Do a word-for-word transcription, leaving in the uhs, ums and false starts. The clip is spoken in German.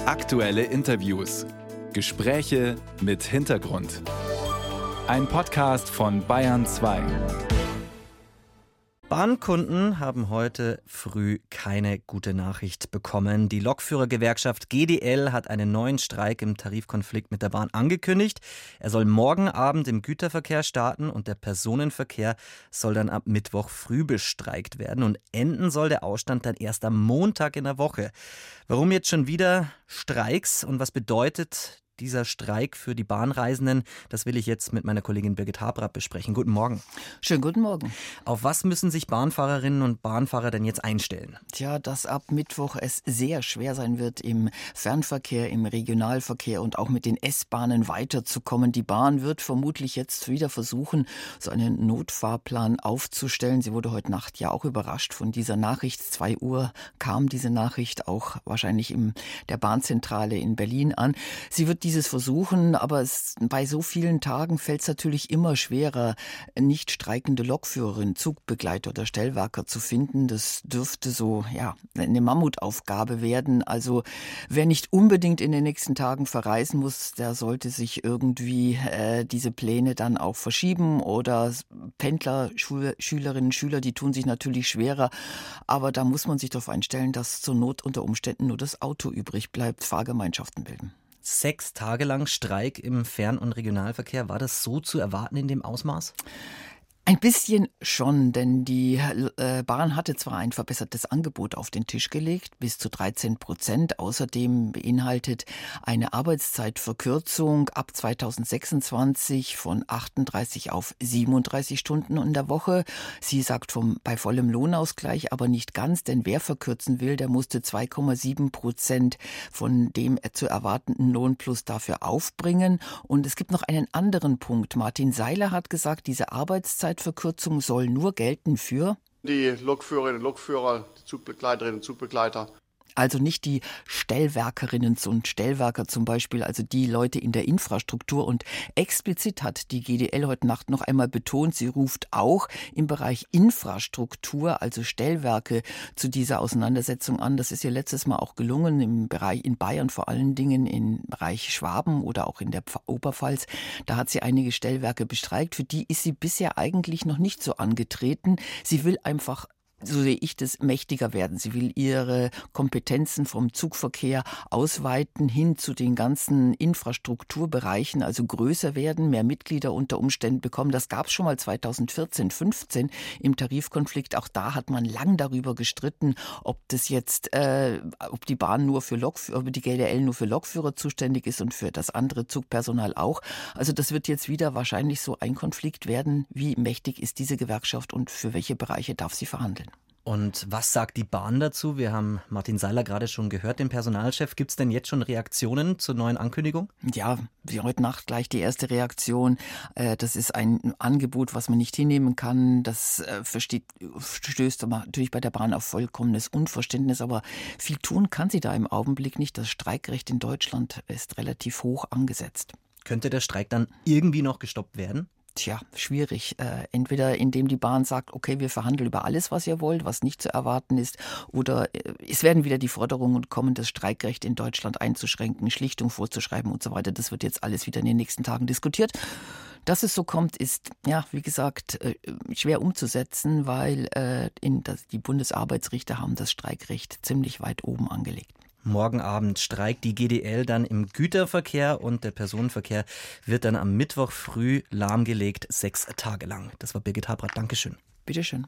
Aktuelle Interviews. Gespräche mit Hintergrund. Ein Podcast von Bayern zwei. Bahnkunden haben heute früh keine gute Nachricht bekommen. Die Lokführergewerkschaft G D L hat einen neuen Streik im Tarifkonflikt mit der Bahn angekündigt. Er soll morgen Abend im Güterverkehr starten und der Personenverkehr soll dann ab Mittwoch früh bestreikt werden. Und enden soll der Ausstand dann erst am Montag in der Woche. Warum jetzt schon wieder Streiks und was bedeutet dieser Streik für die Bahnreisenden, das will ich jetzt mit meiner Kollegin Birgit Habrath besprechen. Guten Morgen. Schönen guten Morgen. Auf was müssen sich Bahnfahrerinnen und Bahnfahrer denn jetzt einstellen? Tja, dass ab Mittwoch es sehr schwer sein wird, im Fernverkehr, im Regionalverkehr und auch mit den S-Bahnen weiterzukommen. Die Bahn wird vermutlich jetzt wieder versuchen, so einen Notfahrplan aufzustellen. Sie wurde heute Nacht ja auch überrascht von dieser Nachricht. zwei Uhr kam diese Nachricht auch wahrscheinlich in der Bahnzentrale in Berlin an. Sie wird dieses versuchen, aber es, bei so vielen Tagen fällt es natürlich immer schwerer, nicht streikende Lokführerinnen, Zugbegleiter oder Stellwerker zu finden. Das dürfte so ja eine Mammutaufgabe werden. Also wer nicht unbedingt in den nächsten Tagen verreisen muss, der sollte sich irgendwie äh, diese Pläne dann auch verschieben. Oder Pendler, Schul- Schülerinnen, Schüler, die tun sich natürlich schwerer. Aber da muss man sich darauf einstellen, dass zur Not unter Umständen nur das Auto übrig bleibt, Fahrgemeinschaften bilden. Sechs Tage lang Streik im Fern- und Regionalverkehr. War das so zu erwarten in dem Ausmaß? Ein bisschen schon, denn die äh, Bahn hatte zwar ein verbessertes Angebot auf den Tisch gelegt, bis zu dreizehn Prozent. Außerdem beinhaltet eine Arbeitszeitverkürzung ab zweitausendsechsundzwanzig von achtunddreißig auf siebenunddreißig Stunden in der Woche. Sie sagt vom, bei vollem Lohnausgleich, aber nicht ganz, denn wer verkürzen will, der musste zwei Komma sieben Prozent von dem zu erwartenden Lohnplus dafür aufbringen. Und es gibt noch einen anderen Punkt. Martin Seiler hat gesagt, diese Arbeitszeit Verkürzung soll nur gelten für die Lokführerinnen und Lokführer, die Zugbegleiterinnen und Zugbegleiter. Also nicht die Stellwerkerinnen und Stellwerker zum Beispiel, also die Leute in der Infrastruktur. Und explizit hat die G D L heute Nacht noch einmal betont, sie ruft auch im Bereich Infrastruktur, also Stellwerke, zu dieser Auseinandersetzung an. Das ist ihr letztes Mal auch gelungen, im Bereich in Bayern vor allen Dingen, im Bereich Schwaben oder auch in der Oberpfalz. Da hat sie einige Stellwerke bestreikt. Für die ist sie bisher eigentlich noch nicht so angetreten. Sie will einfach, so sehe ich das, mächtiger werden. Sie will ihre Kompetenzen vom Zugverkehr ausweiten hin zu den ganzen Infrastrukturbereichen, also größer werden, mehr Mitglieder unter Umständen bekommen. Das gab es schon mal zweitausendvierzehn, fünfzehn im Tarifkonflikt. Auch da hat man lang darüber gestritten, ob das jetzt, äh, ob die Bahn nur für Lokführer, ob die G D L nur für Lokführer zuständig ist und für das andere Zugpersonal auch. Also das wird jetzt wieder wahrscheinlich so ein Konflikt werden. Wie mächtig ist diese Gewerkschaft und für welche Bereiche darf sie verhandeln? Und was sagt die Bahn dazu? Wir haben Martin Seiler gerade schon gehört, den Personalchef. Gibt es denn jetzt schon Reaktionen zur neuen Ankündigung? Ja, wie heute Nacht gleich die erste Reaktion. Das ist ein Angebot, was man nicht hinnehmen kann. Das versteht, stößt aber natürlich bei der Bahn auf vollkommenes Unverständnis. Aber viel tun kann sie da im Augenblick nicht. Das Streikrecht in Deutschland ist relativ hoch angesetzt. Könnte der Streik dann irgendwie noch gestoppt werden? Tja, schwierig. Äh, entweder indem die Bahn sagt, okay, wir verhandeln über alles, was ihr wollt, was nicht zu erwarten ist, oder äh, es werden wieder die Forderungen kommen, das Streikrecht in Deutschland einzuschränken, Schlichtung vorzuschreiben und so weiter. Das wird jetzt alles wieder in den nächsten Tagen diskutiert. Dass es so kommt, ist, ja, wie gesagt, äh, schwer umzusetzen, weil äh, in das, die Bundesarbeitsrichter haben das Streikrecht ziemlich weit oben angelegt. Morgen Abend streikt die G D L dann im Güterverkehr und der Personenverkehr wird dann am Mittwoch früh lahmgelegt, sechs Tage lang. Das war Birgit Habrath. Dankeschön. Bitteschön.